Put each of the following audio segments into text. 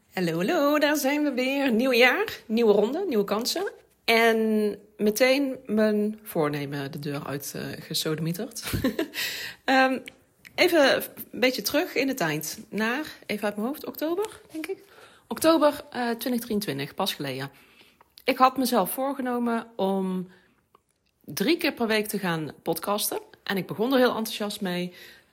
Hallo, hallo, daar zijn we weer. Nieuw jaar, nieuwe ronde, nieuwe kansen. En meteen mijn voornemen de deur uit gesodemieterd. Even een beetje terug in de tijd. Naar, even uit mijn hoofd, oktober, denk ik. Oktober 2023, pas geleden. Ik had mezelf voorgenomen om 3 keer per week te gaan podcasten. En ik begon er heel enthousiast mee.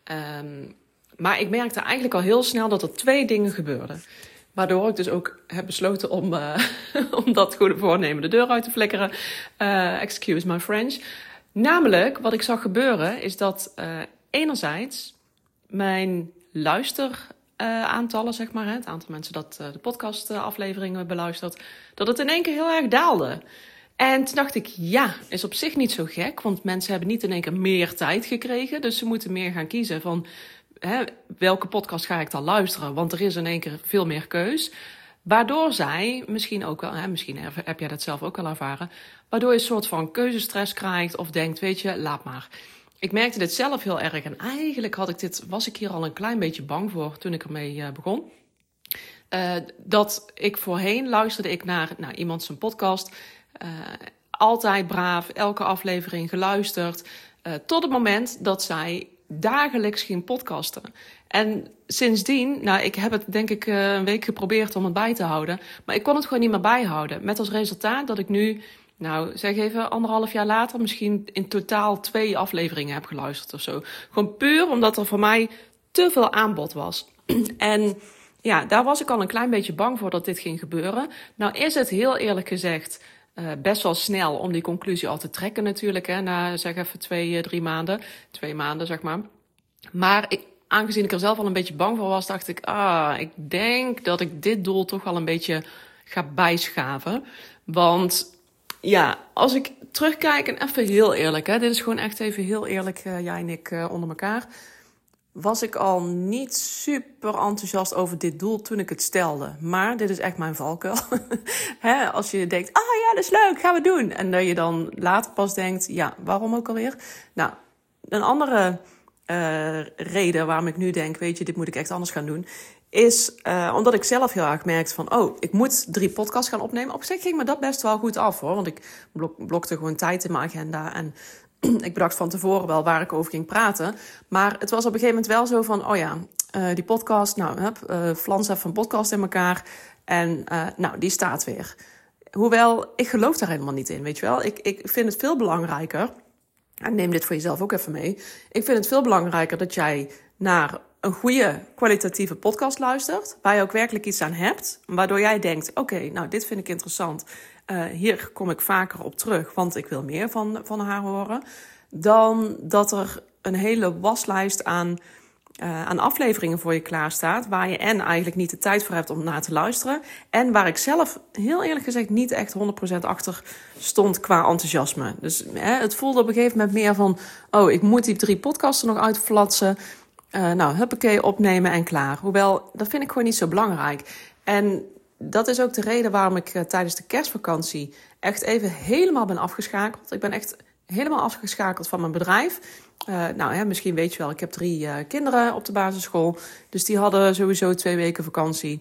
Maar ik merkte eigenlijk al heel snel dat er 2 dingen gebeurden. Waardoor ik dus ook heb besloten om dat goede voornemen de deur uit te flikkeren. Excuse my French. Namelijk, wat ik zag gebeuren is dat enerzijds mijn luisteraantallen, zeg maar, het aantal mensen dat de podcastafleveringen beluistert, dat het in één keer heel erg daalde. En toen dacht ik, ja, is op zich niet zo gek, want mensen hebben niet in één keer meer tijd gekregen. Dus ze moeten meer gaan kiezen van welke podcast ga ik dan luisteren? Want er is in één keer veel meer keus. Waardoor zij, misschien ook wel, misschien heb jij dat zelf ook al ervaren, waardoor je een soort van keuzestress krijgt of denkt, weet je, laat maar. Ik merkte dit zelf heel erg en eigenlijk was ik hier al een klein beetje bang voor toen ik ermee begon. Dat ik voorheen luisterde naar iemand zijn podcast, altijd braaf, elke aflevering geluisterd, tot het moment dat zij dagelijks ging podcasten. En sindsdien, ik heb het denk ik een week geprobeerd om het bij te houden, maar ik kon het gewoon niet meer bijhouden. Met als resultaat dat ik nu, zeg even 1,5 jaar later, misschien in totaal 2 afleveringen heb geluisterd of zo. Gewoon puur omdat er voor mij te veel aanbod was. En ja, daar was ik al een klein beetje bang voor dat dit ging gebeuren. Nou is het heel eerlijk gezegd best wel snel om die conclusie al te trekken natuurlijk. Na zeg even 2-3 maanden. 2 maanden zeg maar. Maar aangezien ik er zelf al een beetje bang voor was, dacht ik, ik denk dat ik dit doel toch wel een beetje ga bijschaven. Want ja, als ik terugkijk en even heel eerlijk, dit is gewoon echt even heel eerlijk, jij en ik onder elkaar, was ik al niet super enthousiast over dit doel toen ik het stelde. Maar dit is echt mijn valkuil. Als je denkt, ja, dat is leuk, gaan we doen. En dat je dan later pas denkt, ja, waarom ook alweer? Nou, een andere reden waarom ik nu denk, weet je, dit moet ik echt anders gaan doen, is omdat ik zelf heel erg merkte van, ik moet 3 podcasts gaan opnemen. Op zich ging me dat best wel goed af, hoor. Want ik blokte gewoon tijd in mijn agenda en ik bedacht van tevoren wel waar ik over ging praten. Maar het was op een gegeven moment wel zo van, die podcast, flans even een podcast in elkaar. En die staat weer. Hoewel, ik geloof daar helemaal niet in, weet je wel. Ik vind het veel belangrijker, en neem dit voor jezelf ook even mee. Ik vind het veel belangrijker dat jij naar een goede, kwalitatieve podcast luistert, waar je ook werkelijk iets aan hebt, waardoor jij denkt, dit vind ik interessant. Hier kom ik vaker op terug, want ik wil meer van haar horen. Dan dat er een hele waslijst aan afleveringen voor je klaar staat, waar je eigenlijk niet de tijd voor hebt om naar te luisteren. En waar ik zelf, heel eerlijk gezegd, niet echt 100% achter stond qua enthousiasme. Dus het voelde op een gegeven moment meer van, ik moet die 3 podcasts er nog uitflatsen. Huppakee, opnemen en klaar. Hoewel, dat vind ik gewoon niet zo belangrijk. En dat is ook de reden waarom ik tijdens de kerstvakantie echt even helemaal ben afgeschakeld. Ik ben echt helemaal afgeschakeld van mijn bedrijf. Misschien weet je wel, ik heb 3 kinderen op de basisschool. Dus die hadden sowieso 2 weken vakantie.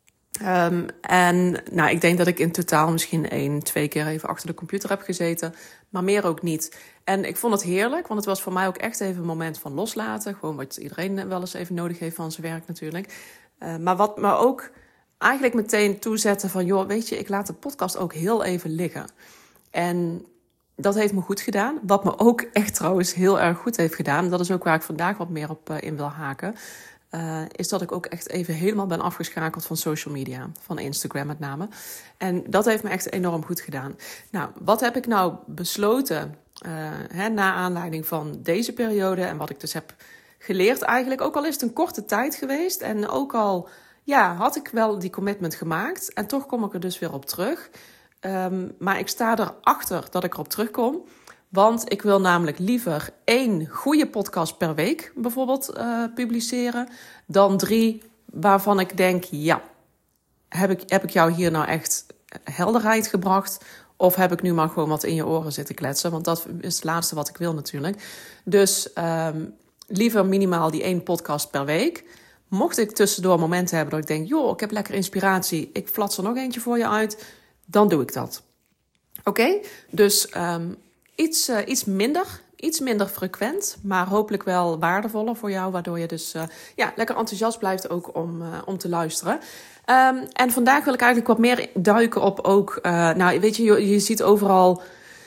Ik denk dat ik in totaal misschien 1-2 keer even achter de computer heb gezeten. Maar meer ook niet. En ik vond het heerlijk, want het was voor mij ook echt even een moment van loslaten. Gewoon wat iedereen wel eens even nodig heeft van zijn werk natuurlijk. Maar wat me ook eigenlijk meteen toezette van, joh, weet je, ik laat de podcast ook heel even liggen. En dat heeft me goed gedaan. Wat me ook echt trouwens heel erg goed heeft gedaan, dat is ook waar ik vandaag wat meer op in wil haken, is dat ik ook echt even helemaal ben afgeschakeld van social media. Van Instagram met name. En dat heeft me echt enorm goed gedaan. Nou, wat heb ik nou besloten na aanleiding van deze periode en wat ik dus heb geleerd eigenlijk, ook al is het een korte tijd geweest en ook al had ik wel die commitment gemaakt en toch kom ik er dus weer op terug. Maar ik sta erachter dat ik erop terugkom. Want ik wil namelijk liever 1 goede podcast per week bijvoorbeeld publiceren, dan 3 waarvan ik denk, heb ik jou hier nou echt helderheid gebracht? Of heb ik nu maar gewoon wat in je oren zitten kletsen? Want dat is het laatste wat ik wil natuurlijk. Dus liever minimaal die 1 podcast per week. mocht ik tussendoor momenten hebben dat ik denk, joh, ik heb lekker inspiratie, ik flats er nog eentje voor je uit, dan doe ik dat. Oké? Dus iets minder frequent, maar hopelijk wel waardevoller voor jou, waardoor je dus lekker enthousiast blijft ook om te luisteren. En vandaag wil ik eigenlijk wat meer duiken op ook, weet je ziet overal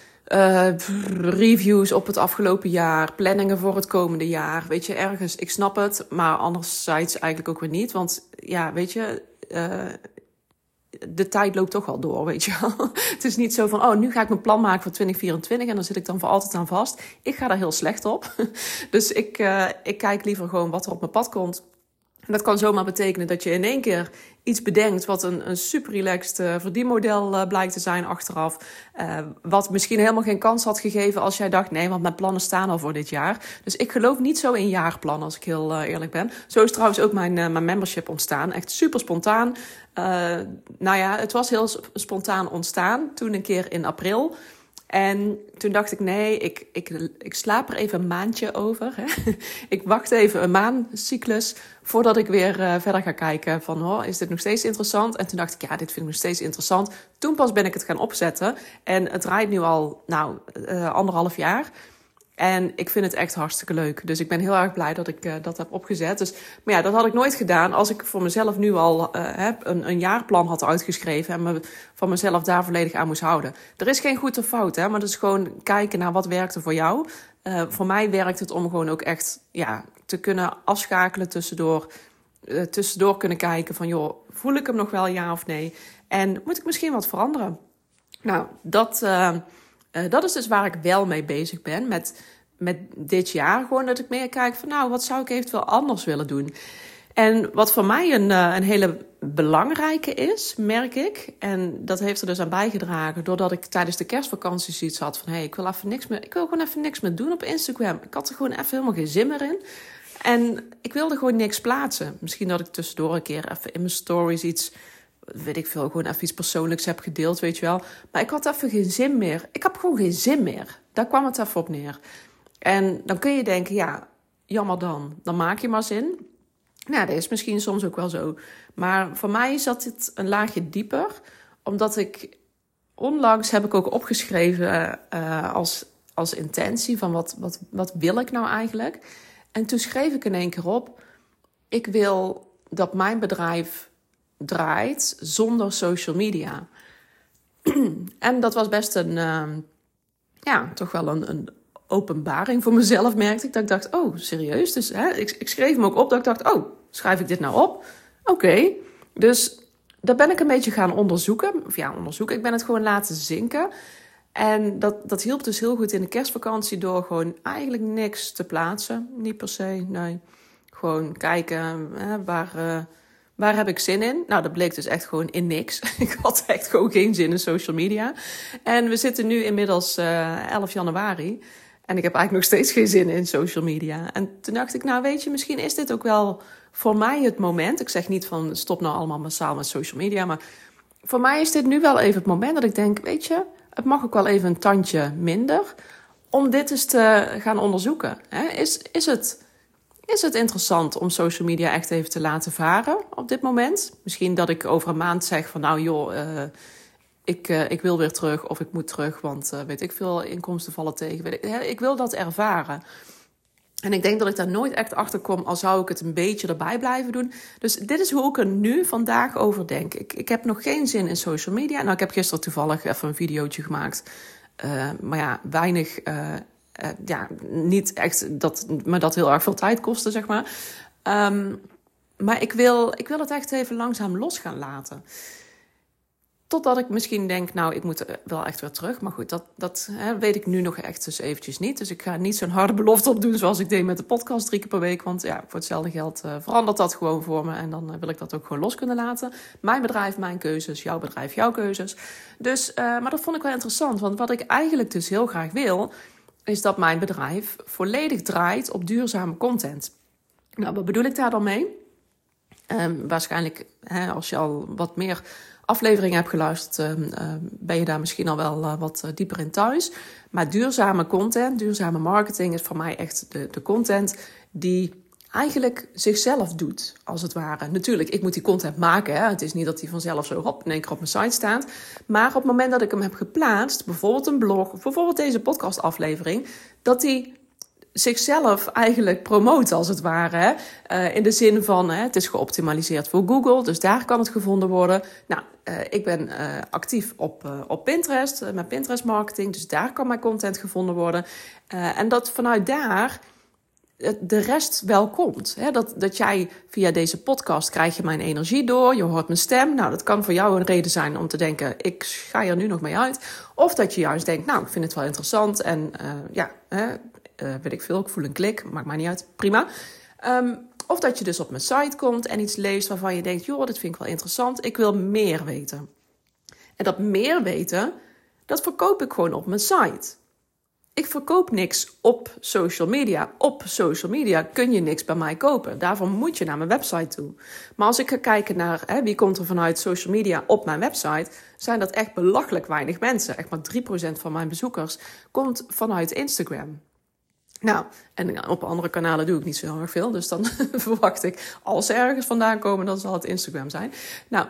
reviews op het afgelopen jaar, planningen voor het komende jaar. Weet je, ergens, ik snap het, maar anderzijds eigenlijk ook weer niet. Want ja, weet je, de tijd loopt toch al door, weet je wel. Het is niet zo van, nu ga ik mijn plan maken voor 2024 en dan zit ik dan voor altijd aan vast. Ik ga daar heel slecht op. Dus ik kijk liever gewoon wat er op mijn pad komt. En dat kan zomaar betekenen dat je in één keer iets bedenkt wat een super relaxed verdienmodel blijkt te zijn achteraf. Wat misschien helemaal geen kans had gegeven als jij dacht, nee, want mijn plannen staan al voor dit jaar. Dus ik geloof niet zo in jaarplannen, als ik heel eerlijk ben. Zo is trouwens ook mijn membership ontstaan. Echt super spontaan. Het was heel spontaan ontstaan. Toen een keer in april. En toen dacht ik, nee, ik slaap er even een maandje over. Hè. Ik wacht even een maandcyclus voordat ik weer verder ga kijken van, is dit nog steeds interessant? En toen dacht ik, ja, dit vind ik nog steeds interessant. Toen pas ben ik het gaan opzetten. En het draait nu al, 1,5 jaar. En ik vind het echt hartstikke leuk. Dus ik ben heel erg blij dat ik dat heb opgezet. Dus, maar ja, dat had ik nooit gedaan als ik voor mezelf nu al een jaarplan had uitgeschreven. En me van mezelf daar volledig aan moest houden. Er is geen goed of fout, hè, maar het is gewoon kijken naar wat werkte voor jou. Voor mij werkt het om gewoon ook echt te kunnen afschakelen tussendoor. Tussendoor kunnen kijken van, joh, voel ik hem nog wel ja of nee? En moet ik misschien wat veranderen? Nou, dat is dus waar ik wel mee bezig ben met dit jaar. Gewoon dat ik meer kijk van, wat zou ik eventueel anders willen doen? En wat voor mij een hele belangrijke is, merk ik. En dat heeft er dus aan bijgedragen doordat ik tijdens de kerstvakantie zoiets had van, ik wil gewoon even niks meer doen op Instagram. Ik had er gewoon even helemaal geen zin meer in. En ik wilde gewoon niks plaatsen. Misschien dat ik tussendoor een keer even in mijn stories iets, weet ik veel, gewoon even iets persoonlijks heb gedeeld, weet je wel. Maar ik had even geen zin meer. Ik heb gewoon geen zin meer. Daar kwam het even op neer. En dan kun je denken, jammer dan. Dan maak je maar zin. Nou, dat is misschien soms ook wel zo. Maar voor mij zat dit een laagje dieper. Omdat ik onlangs heb ik ook opgeschreven als intentie van wat wil ik nou eigenlijk. En toen schreef ik in één keer op, ik wil dat mijn bedrijf draait zonder social media. En dat was best toch wel een openbaring voor mezelf, merkte ik. Dat ik dacht, serieus? Dus ik schreef hem ook op dat ik dacht, schrijf ik dit nou op? Oké. Dus dat ben ik een beetje gaan onderzoeken. Ik ben het gewoon laten zinken. En dat hielp dus heel goed in de kerstvakantie door gewoon eigenlijk niks te plaatsen. Niet per se, nee. Gewoon kijken waar heb ik zin in? Nou, dat bleek dus echt gewoon in niks. Ik had echt gewoon geen zin in social media. En we zitten nu inmiddels 11 januari. En ik heb eigenlijk nog steeds geen zin in social media. En toen dacht ik, weet je, misschien is dit ook wel voor mij het moment. Ik zeg niet van stop nou allemaal massaal met social media. Maar voor mij is dit nu wel even het moment dat ik denk, weet je, het mag ook wel even een tandje minder. Om dit eens te gaan onderzoeken. Is het interessant om social media echt even te laten varen op dit moment? Misschien dat ik over een maand zeg van ik wil weer terug of ik moet terug, want weet ik veel, inkomsten vallen tegen. Ik wil dat ervaren. En ik denk dat ik daar nooit echt achter kom, al zou ik het een beetje erbij blijven doen. Dus dit is hoe ik er nu vandaag over denk. Ik heb nog geen zin in social media. Nou, ik heb gisteren toevallig even een videootje gemaakt. Maar weinig, niet echt dat me dat heel erg veel tijd kostte, zeg maar. Maar ik wil het echt even langzaam los gaan laten. Totdat ik misschien denk, ik moet wel echt weer terug. Maar goed, dat weet ik nu nog echt dus eventjes niet. Dus ik ga niet zo'n harde belofte op doen zoals ik deed met de podcast 3 keer per week. Want voor hetzelfde geld verandert dat gewoon voor me. En dan wil ik dat ook gewoon los kunnen laten. Mijn bedrijf, mijn keuzes. Jouw bedrijf, jouw keuzes. Dus, maar dat vond ik wel interessant. Want wat ik eigenlijk dus heel graag wil, is dat mijn bedrijf volledig draait op duurzame content. Nou, wat bedoel ik daar dan mee? Waarschijnlijk, als je al wat meer afleveringen hebt geluisterd, ben je daar misschien al wel wat dieper in thuis. Maar duurzame content, duurzame marketing is voor mij echt de content die eigenlijk zichzelf doet, als het ware. Natuurlijk, ik moet die content maken. Hè. Het is niet dat die vanzelf zo in één keer op mijn site staat. Maar op het moment dat ik hem heb geplaatst, bijvoorbeeld een blog, of bijvoorbeeld deze podcastaflevering, dat die zichzelf eigenlijk promoot, als het ware. Hè. In de zin van, het is geoptimaliseerd voor Google, dus daar kan het gevonden worden. Nou, ik ben actief op Pinterest, met Pinterest marketing, dus daar kan mijn content gevonden worden. En dat vanuit daar de rest wel komt. Hè? Dat jij via deze podcast krijg je mijn energie door. Je hoort mijn stem. Nou, dat kan voor jou een reden zijn om te denken, ik ga er nu nog mee uit. Of dat je juist denkt, nou, ik vind het wel interessant. En weet ik veel, ik voel een klik. Maakt mij niet uit. Prima. Of dat je dus op mijn site komt en iets leest waarvan je denkt, joh, dit vind ik wel interessant. Ik wil meer weten. En dat meer weten, dat verkoop ik gewoon op mijn site. Ik verkoop niks op social media. Op social media kun je niks bij mij kopen. Daarvoor moet je naar mijn website toe. Maar als ik ga kijken naar wie komt er vanuit social media op mijn website, zijn dat echt belachelijk weinig mensen. Echt maar 3% van mijn bezoekers komt vanuit Instagram. Nou, en op andere kanalen doe ik niet zo heel erg veel. Dus dan verwacht ik, als ze ergens vandaan komen, dan zal het Instagram zijn. Nou,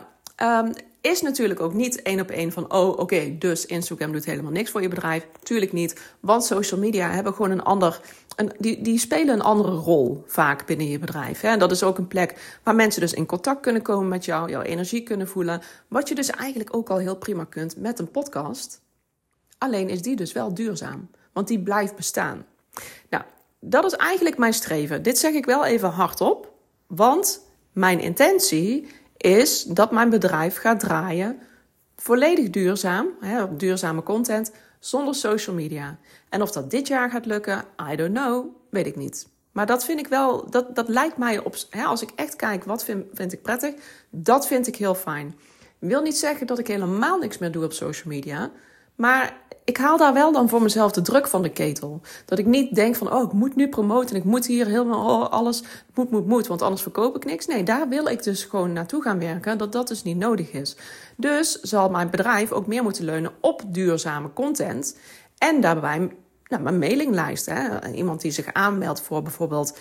is natuurlijk ook niet 1 op 1 van, oké, dus Instagram doet helemaal niks voor je bedrijf. Tuurlijk niet, want social media hebben gewoon die spelen een andere rol vaak binnen je bedrijf. Hè? En dat is ook een plek waar mensen dus in contact kunnen komen met jou, jouw energie kunnen voelen. Wat je dus eigenlijk ook al heel prima kunt met een podcast. Alleen is die dus wel duurzaam, want die blijft bestaan. Nou, dat is eigenlijk mijn streven. Dit zeg ik wel even hardop, want mijn intentie is dat mijn bedrijf gaat draaien volledig duurzaam, duurzame content, zonder social media. En of dat dit jaar gaat lukken, I don't know, weet ik niet. Maar dat vind ik wel, dat lijkt mij als ik echt kijk, wat vind ik prettig, dat vind ik heel fijn. Ik wil niet zeggen dat ik helemaal niks meer doe op social media, maar ik haal daar wel dan voor mezelf de druk van de ketel. Dat ik niet denk van, ik moet nu promoten en ik moet hier helemaal alles, moet, want anders verkoop ik niks. Nee, daar wil ik dus gewoon naartoe gaan werken, dat dus niet nodig is. Dus zal mijn bedrijf ook meer moeten leunen op duurzame content en daarbij mijn mailinglijst. Hè? Iemand die zich aanmeldt voor bijvoorbeeld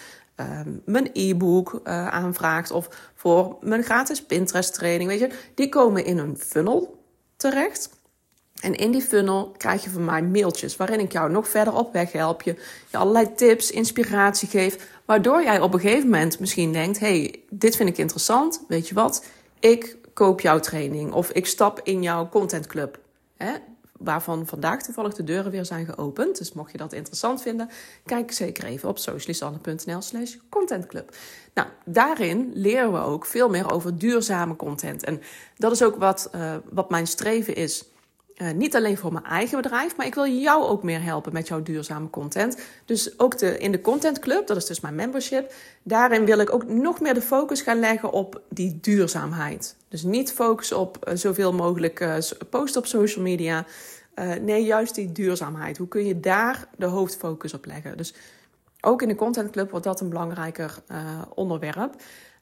mijn e-book aanvraagt of voor mijn gratis Pinterest training, weet je, die komen in een funnel terecht. En in die funnel krijg je van mij mailtjes waarin ik jou nog verder op weg help. Je allerlei tips, inspiratie geef. Waardoor jij op een gegeven moment misschien denkt, hey, dit vind ik interessant. Weet je wat? Ik koop jouw training of ik stap in jouw contentclub. Waarvan vandaag toevallig de deuren weer zijn geopend. Dus mocht je dat interessant vinden, kijk zeker even op socialisanne.nl/contentclub. Nou, daarin leren we ook veel meer over duurzame content. En dat is ook wat mijn streven is. Niet alleen voor mijn eigen bedrijf, maar ik wil jou ook meer helpen met jouw duurzame content. Dus ook in de Content Club, dat is dus mijn membership. Daarin wil ik ook nog meer de focus gaan leggen op die duurzaamheid. Dus niet focussen op zoveel mogelijk posten op social media. Nee, juist die duurzaamheid. Hoe kun je daar de hoofdfocus op leggen? Dus ook in de Content Club wordt dat een belangrijker onderwerp.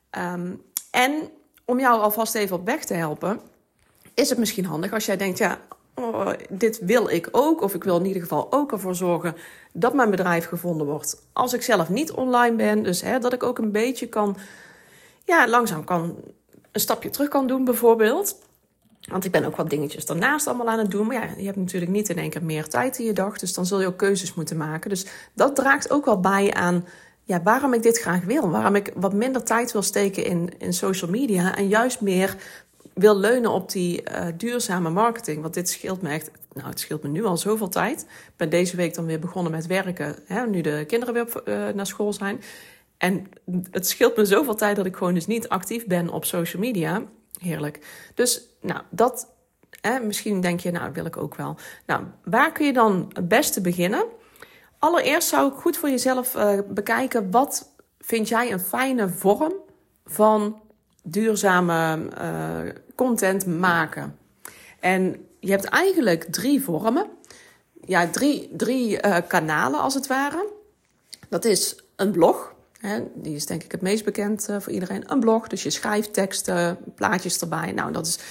En om jou alvast even op weg te helpen, is het misschien handig als jij denkt, dit wil ik ook. Of ik wil in ieder geval ook ervoor zorgen dat mijn bedrijf gevonden wordt. Als ik zelf niet online ben. Dus dat ik ook een beetje langzaam een stapje terug kan doen bijvoorbeeld. Want ik ben ook wat dingetjes daarnaast allemaal aan het doen. Maar je hebt natuurlijk niet in één keer meer tijd in je dag. Dus dan zul je ook keuzes moeten maken. Dus dat draagt ook wel bij aan waarom ik dit graag wil. Waarom ik wat minder tijd wil steken in social media. En juist meer wil leunen op die duurzame marketing. Want dit scheelt me echt, het scheelt me nu al zoveel tijd. Ik ben deze week dan weer begonnen met werken. Nu de kinderen weer naar school zijn. En het scheelt me zoveel tijd dat ik gewoon dus niet actief ben op social media. Heerlijk. Dus dat, misschien denk je, wil ik ook wel. Nou, waar kun je dan het beste beginnen? Allereerst zou ik goed voor jezelf bekijken, wat vind jij een fijne vorm van duurzame content maken. En je hebt eigenlijk 3 vormen. Ja, drie kanalen als het ware. Dat is een blog. Die is denk ik het meest bekend voor iedereen. Een blog, dus je schrijft teksten, plaatjes erbij. Nou, dat is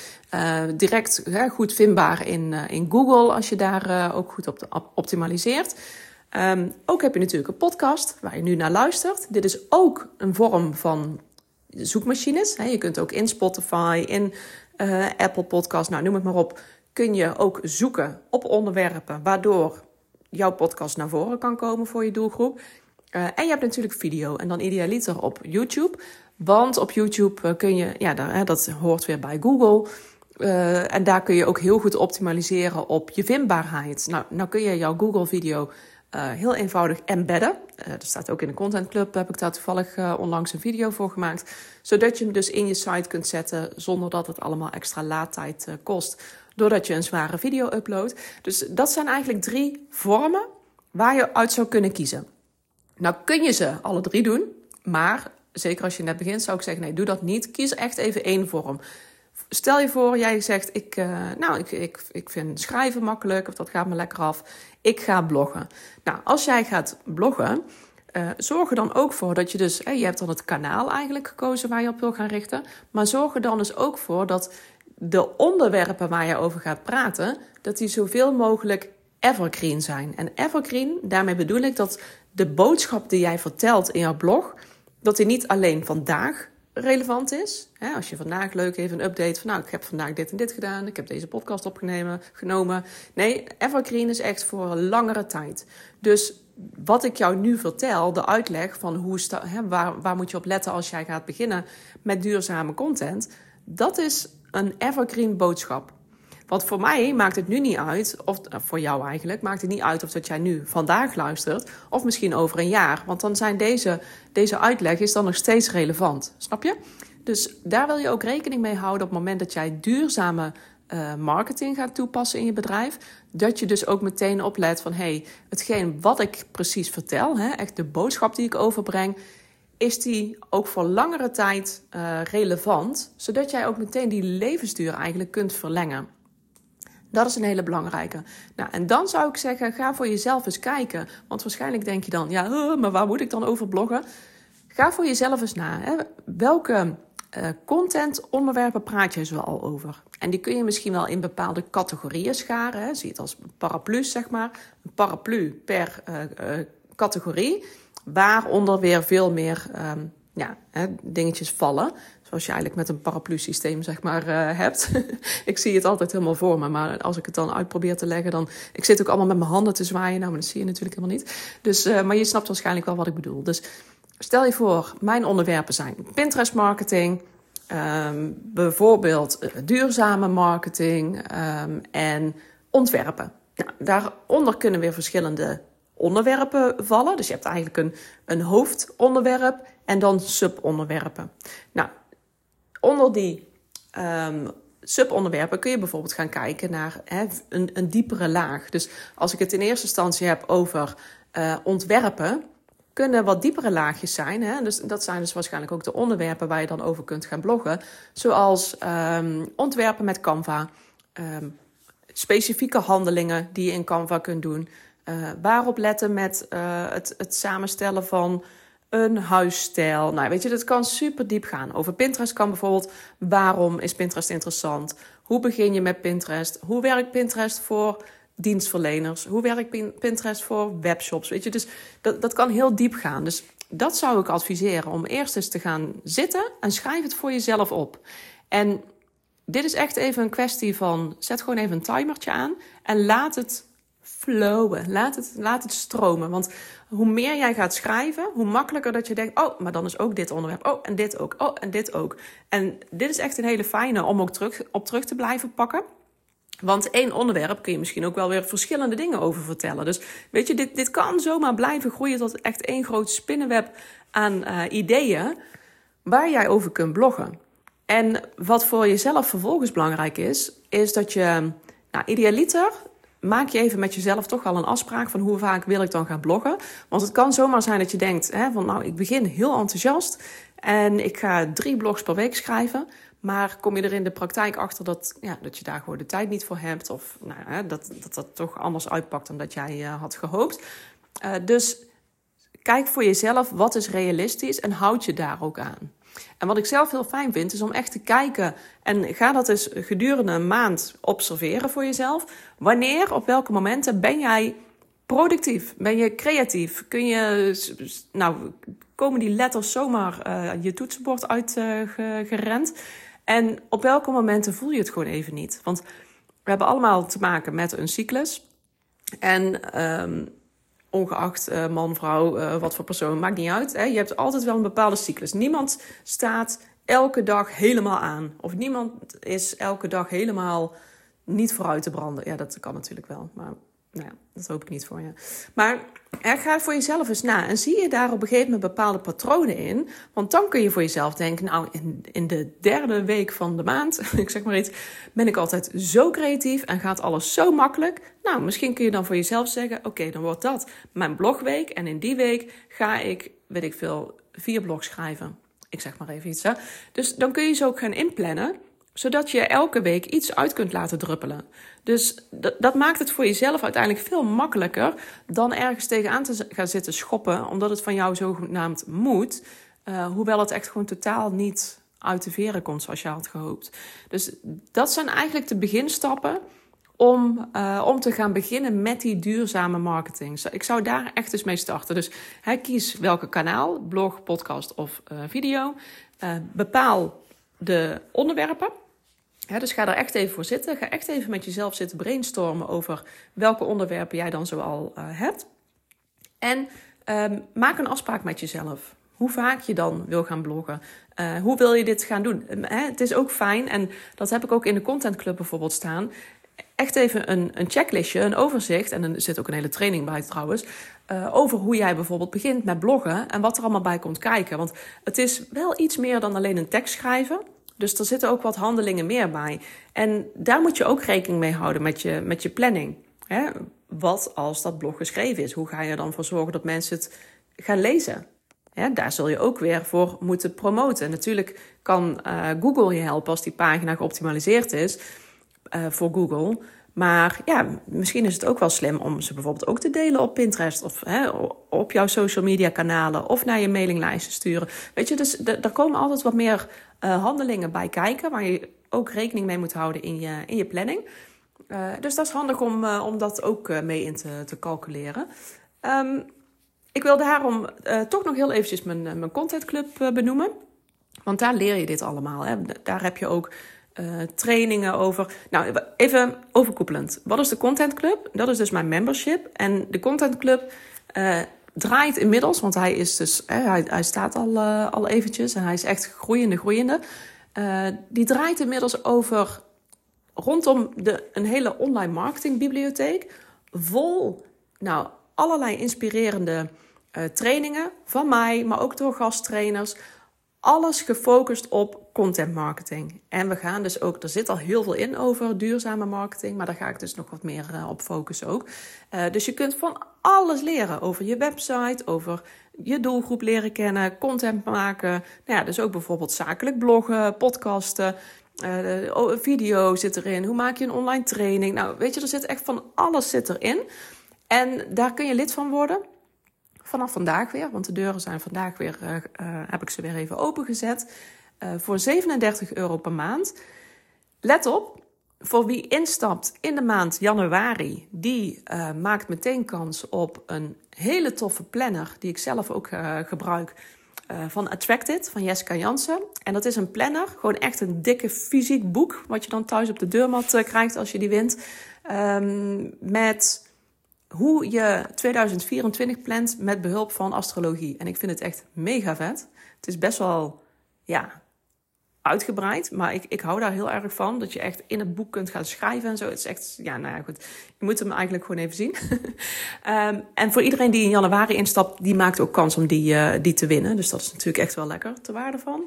direct goed vindbaar in Google als je daar ook goed op optimaliseert. Ook heb je natuurlijk een podcast waar je nu naar luistert. Dit is ook een vorm van zoekmachines. Je kunt ook in Spotify, in Apple Podcast, noem het maar op, kun je ook zoeken op onderwerpen waardoor jouw podcast naar voren kan komen voor je doelgroep. En je hebt natuurlijk video en dan idealiter op YouTube. Want op YouTube kun je, dat hoort weer bij Google. En daar kun je ook heel goed optimaliseren op je vindbaarheid. Nou kun je jouw Google video heel eenvoudig embedden. Er staat ook in de Content Club, heb ik daar toevallig onlangs een video voor gemaakt. Zodat je hem dus in je site kunt zetten zonder dat het allemaal extra laadtijd kost. Doordat je een zware video uploadt. Dus dat zijn eigenlijk 3 vormen waar je uit zou kunnen kiezen. Nou kun je ze alle 3 doen, maar zeker als je net begint zou ik zeggen, nee, doe dat niet. Kies echt even 1 vorm. Stel je voor, jij zegt, ik vind schrijven makkelijk, of dat gaat me lekker af. Ik ga bloggen. Nou, als jij gaat bloggen, zorg er dan ook voor dat je dus, je hebt dan het kanaal eigenlijk gekozen waar je op wil gaan richten. Maar zorg er dan dus ook voor dat de onderwerpen waar je over gaat praten, dat die zoveel mogelijk evergreen zijn. En evergreen, daarmee bedoel ik dat de boodschap die jij vertelt in jouw blog, dat die niet alleen vandaag relevant is. Als je vandaag leuk even een update van, ik heb vandaag dit en dit gedaan, ik heb deze podcast opgenomen. Nee, evergreen is echt voor een langere tijd. Dus wat ik jou nu vertel, de uitleg van waar moet je op letten als jij gaat beginnen met duurzame content, dat is een evergreen boodschap. Want voor mij maakt het nu niet uit, of voor jou eigenlijk, maakt het niet uit of dat jij nu vandaag luistert, of misschien over een jaar. Want dan zijn deze uitleg is dan nog steeds relevant. Snap je? Dus daar wil je ook rekening mee houden op het moment dat jij duurzame marketing gaat toepassen in je bedrijf. Dat je dus ook meteen oplet van, hetgeen wat ik precies vertel, echt de boodschap die ik overbreng, is die ook voor langere tijd relevant, zodat jij ook meteen die levensduur eigenlijk kunt verlengen. Dat is een hele belangrijke. Nou, en dan zou ik zeggen, ga voor jezelf eens kijken. Want waarschijnlijk denk je dan, maar waar moet ik dan over bloggen? Ga voor jezelf eens na. Welke content-onderwerpen praat je zo al over? En die kun je misschien wel in bepaalde categorieën scharen. Zie je het als paraplu's, zeg maar. Een paraplu per categorie. Waaronder weer veel meer dingetjes vallen. Zoals je eigenlijk met een paraplu-systeem hebt. Ik zie het altijd helemaal voor me. Maar als ik het dan uitprobeer te leggen, dan... Ik zit ook allemaal met mijn handen te zwaaien. Maar dat zie je natuurlijk helemaal niet. Dus, maar je snapt waarschijnlijk wel wat ik bedoel. Dus stel je voor, mijn onderwerpen zijn Pinterest marketing. Bijvoorbeeld duurzame marketing. En ontwerpen. Nou, daaronder kunnen weer verschillende onderwerpen vallen. Dus je hebt eigenlijk een hoofdonderwerp en dan subonderwerpen. Nou, onder die subonderwerpen kun je bijvoorbeeld gaan kijken naar een diepere laag. Dus als ik het in eerste instantie heb over ontwerpen, kunnen wat diepere laagjes zijn. Dus dat zijn dus waarschijnlijk ook de onderwerpen waar je dan over kunt gaan bloggen. Zoals ontwerpen met Canva, specifieke handelingen die je in Canva kunt doen. Waarop letten met het samenstellen van een huisstijl. Nou, weet je, dat kan super diep gaan. Over Pinterest kan bijvoorbeeld, waarom is Pinterest interessant? Hoe begin je met Pinterest? Hoe werkt Pinterest voor dienstverleners? Hoe werkt Pinterest voor webshops? Weet je, dus dat kan heel diep gaan. Dus dat zou ik adviseren om eerst eens te gaan zitten en schrijf het voor jezelf op. En dit is echt even een kwestie van, zet gewoon even een timertje aan en laat het flowen. Laat het stromen. Want hoe meer jij gaat schrijven, hoe makkelijker dat je denkt, maar dan is ook dit onderwerp. En dit ook. En dit ook. En dit is echt een hele fijne om ook terug te blijven pakken. Want 1 onderwerp kun je misschien ook wel weer verschillende dingen over vertellen. Dus weet je, dit kan zomaar blijven groeien tot echt 1 groot spinnenweb aan ideeën waar jij over kunt bloggen. En wat voor jezelf vervolgens belangrijk is dat je, idealiter maak je even met jezelf toch al een afspraak van hoe vaak wil ik dan gaan bloggen. Want het kan zomaar zijn dat je denkt, ik begin heel enthousiast en ik ga 3 blogs per week schrijven. Maar kom je er in de praktijk achter dat je daar gewoon de tijd niet voor hebt. Of dat toch anders uitpakt dan dat jij had gehoopt. Dus kijk voor jezelf wat is realistisch en houd je daar ook aan. En wat ik zelf heel fijn vind, is om echt te kijken en ga dat eens gedurende een maand observeren voor jezelf. Wanneer, op welke momenten ben jij productief? Ben je creatief? Komen die letters zomaar je toetsenbord uitgerend? En op welke momenten voel je het gewoon even niet? Want we hebben allemaal te maken met een cyclus. En ongeacht man, vrouw, wat voor persoon, maakt niet uit. Hè? Je hebt altijd wel een bepaalde cyclus. Niemand staat elke dag helemaal aan. Of niemand is elke dag helemaal niet vooruit te branden. Ja, dat kan natuurlijk wel. Maar dat hoop ik niet voor je. Maar ga voor jezelf eens na. En zie je daar op een gegeven moment bepaalde patronen in. Want dan kun je voor jezelf denken, nou, in de 3e week van de maand, ik zeg maar iets, ben ik altijd zo creatief en gaat alles zo makkelijk. Nou, misschien kun je dan voor jezelf zeggen, oké, dan wordt dat mijn blogweek. En in die week ga ik, 4 blogs schrijven. Ik zeg maar even iets, hè. Dus dan kun je ze ook gaan inplannen, zodat je elke week iets uit kunt laten druppelen. Dus dat maakt het voor jezelf uiteindelijk veel makkelijker dan ergens tegenaan te gaan zitten schoppen, omdat het van jou zogenaamd moet, hoewel het echt gewoon totaal niet uit de veren komt zoals je had gehoopt. Dus dat zijn eigenlijk de beginstappen om te gaan beginnen met die duurzame marketing. Ik zou daar echt eens mee starten. Dus kies welke kanaal, blog, podcast of video. Bepaal de onderwerpen. Dus ga er echt even voor zitten. Ga echt even met jezelf zitten brainstormen over welke onderwerpen jij dan zoal hebt. En maak een afspraak met jezelf. Hoe vaak je dan wil gaan bloggen. Hoe wil je dit gaan doen? Het is ook fijn, en dat heb ik ook in de Content Club bijvoorbeeld staan. Echt even een checklistje, een overzicht. En er zit ook een hele training bij trouwens. Over hoe jij bijvoorbeeld begint met bloggen. En wat er allemaal bij komt kijken. Want het is wel iets meer dan alleen een tekst schrijven. Dus er zitten ook wat handelingen meer bij. En daar moet je ook rekening mee houden met je planning. Wat als dat blog geschreven is? Hoe ga je er dan voor zorgen dat mensen het gaan lezen? Daar zul je ook weer voor moeten promoten. Natuurlijk kan Google je helpen als die pagina geoptimaliseerd is voor Google. Maar ja, misschien is het ook wel slim om ze bijvoorbeeld ook te delen op Pinterest of op jouw social media kanalen of naar je mailinglijst te sturen. Weet je, dus er komen altijd wat meer handelingen bij kijken waar je ook rekening mee moet houden in je planning. Dus dat is handig om dat ook mee in te calculeren. Ik wil daarom toch nog heel eventjes mijn Content Club benoemen. Want daar leer je dit allemaal. Hè. Daar heb je ook trainingen over. Nou, even overkoepelend. Wat is de Content Club? Dat is dus mijn membership. En de Content Club draait inmiddels, want hij is dus, hij staat al eventjes en hij is echt groeiende. Die draait inmiddels over rondom een hele online marketingbibliotheek vol, allerlei inspirerende trainingen van mij, maar ook door gasttrainers. Alles gefocust op content marketing. En we gaan dus ook, er zit al heel veel in over duurzame marketing, maar daar ga ik dus nog wat meer op focussen ook. Dus je kunt van alles leren over je website, over je doelgroep leren kennen, content maken. Dus ook bijvoorbeeld zakelijk bloggen, podcasten, video zit erin. Hoe maak je een online training? Nou, weet je, er zit echt van alles zit erin. En daar kun je lid van worden. Vanaf vandaag weer, want de deuren zijn vandaag weer, heb ik ze weer even opengezet. Voor €37 per maand. Let op, voor wie instapt in de maand januari, die maakt meteen kans op een hele toffe planner, die ik zelf ook gebruik, van Attracted, van Jessica Jansen. En dat is een planner, gewoon echt een dikke fysiek boek, wat je dan thuis op de deurmat krijgt als je die wint. Met hoe je 2024 plant met behulp van astrologie. En ik vind het echt mega vet. Het is best wel, uitgebreid. Maar ik hou daar heel erg van. Dat je echt in het boek kunt gaan schrijven en zo. Het is echt, goed. Je moet hem eigenlijk gewoon even zien. En voor iedereen die in januari instapt, die maakt ook kans om die te winnen. Dus dat is natuurlijk echt wel lekker. Ter waarde van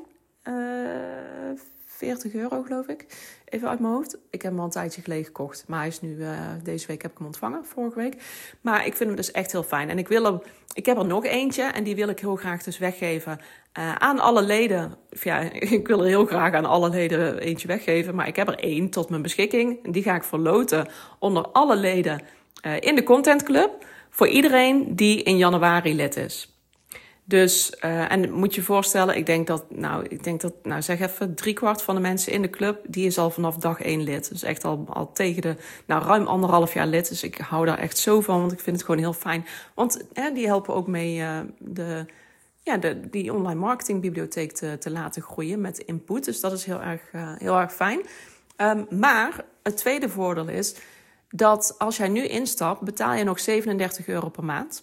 €40 geloof ik. Even uit mijn hoofd. Ik heb hem al een tijdje geleden gekocht. Maar hij is nu, deze week heb ik hem ontvangen, vorige week. Maar ik vind hem dus echt heel fijn. En ik heb er nog eentje en die wil ik heel graag dus weggeven aan alle leden. Ik wil er heel graag aan alle leden eentje weggeven. Maar ik heb er 1 tot mijn beschikking. En die ga ik verloten onder alle leden in de Content Club. Voor iedereen die in januari lid is. Dus, en moet je voorstellen, ik denk dat, zeg even 3/4 van de mensen in de club, die is al vanaf dag 1 lid. Dus echt al tegen de, ruim 1,5 jaar lid. Dus ik hou daar echt zo van, want ik vind het gewoon heel fijn. Want die helpen ook mee die online marketingbibliotheek te laten groeien met input. Dus dat is heel erg fijn. Maar het tweede voordeel is dat als jij nu instapt, betaal je nog €37 per maand.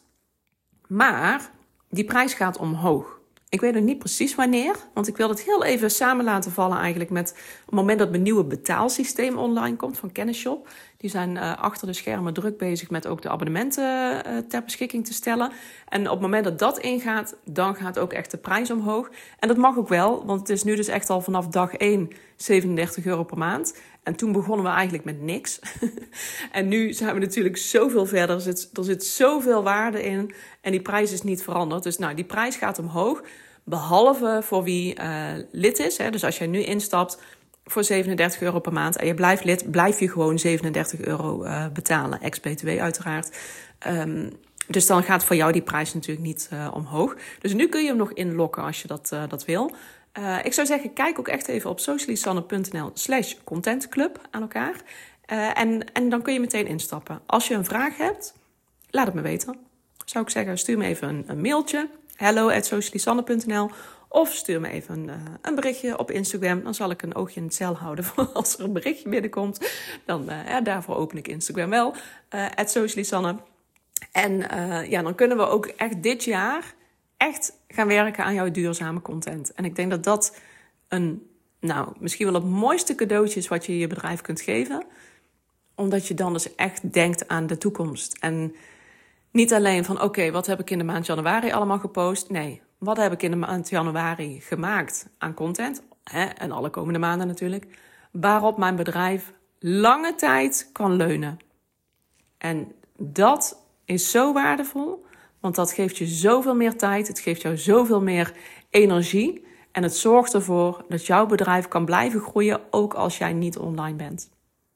Maar die prijs gaat omhoog. Ik weet nog niet precies wanneer, want ik wil het heel even samen laten vallen eigenlijk met het moment dat mijn nieuwe betaalsysteem online komt van Kennisshop. Die zijn achter de schermen druk bezig met ook de abonnementen ter beschikking te stellen. En op het moment dat dat ingaat, dan gaat ook echt de prijs omhoog. En dat mag ook wel, want het is nu dus echt al vanaf dag 1 €37 per maand. En toen begonnen we eigenlijk met niks. En nu zijn we natuurlijk zoveel verder. Er zit zoveel waarde in. En die prijs is niet veranderd. Dus die prijs gaat omhoog. Behalve voor wie lid is. Hè. Dus als jij nu instapt voor €37 per maand en je blijft lid, blijf je gewoon €37 betalen. Ex-BTW uiteraard. Dus dan gaat voor jou die prijs natuurlijk niet omhoog. Dus nu kun je hem nog inloggen als je dat wil. Ik zou zeggen, kijk ook echt even op socialisanne.nl/contentclub aan elkaar. En dan kun je meteen instappen. Als je een vraag hebt, laat het me weten. Zou ik zeggen, stuur me even een mailtje. hello@socialisanne.nl. Of stuur me even een berichtje op Instagram. Dan zal ik een oogje in het zeil houden voor als er een berichtje binnenkomt. Dan daarvoor open ik Instagram wel. @socialisanne. En dan kunnen we ook echt dit jaar echt gaan werken aan jouw duurzame content. En ik denk dat dat misschien wel het mooiste cadeautje is wat je je bedrijf kunt geven. Omdat je dan dus echt denkt aan de toekomst. En niet alleen van oké, wat heb ik in de maand januari allemaal gepost? Nee, wat heb ik in de maand januari gemaakt aan content? En alle komende maanden natuurlijk. Waarop mijn bedrijf lange tijd kan leunen. En dat is zo waardevol. Want dat geeft je zoveel meer tijd. Het geeft jou zoveel meer energie. En het zorgt ervoor dat jouw bedrijf kan blijven groeien, ook als jij niet online bent.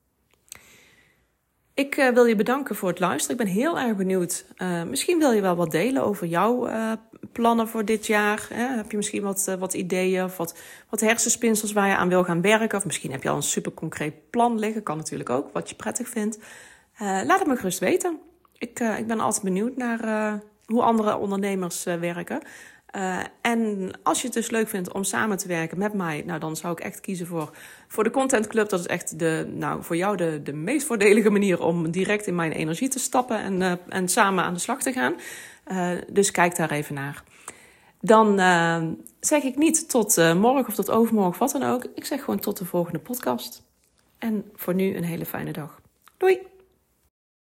Ik wil je bedanken voor het luisteren. Ik ben heel erg benieuwd. Misschien wil je wel wat delen over jouw plannen voor dit jaar. Heb je misschien wat ideeën of wat hersenspinsels waar je aan wil gaan werken? Of misschien heb je al een super concreet plan liggen. Kan natuurlijk ook, wat je prettig vindt. Laat het me gerust weten. Ik ben altijd benieuwd naar hoe andere ondernemers werken. En als je het dus leuk vindt om samen te werken met mij, dan zou ik echt kiezen voor de Content Club. Dat is echt voor jou de meest voordelige manier om direct in mijn energie te stappen en samen aan de slag te gaan. Dus kijk daar even naar. Dan zeg ik niet tot morgen of tot overmorgen, wat dan ook. Ik zeg gewoon tot de volgende podcast. En voor nu een hele fijne dag. Doei!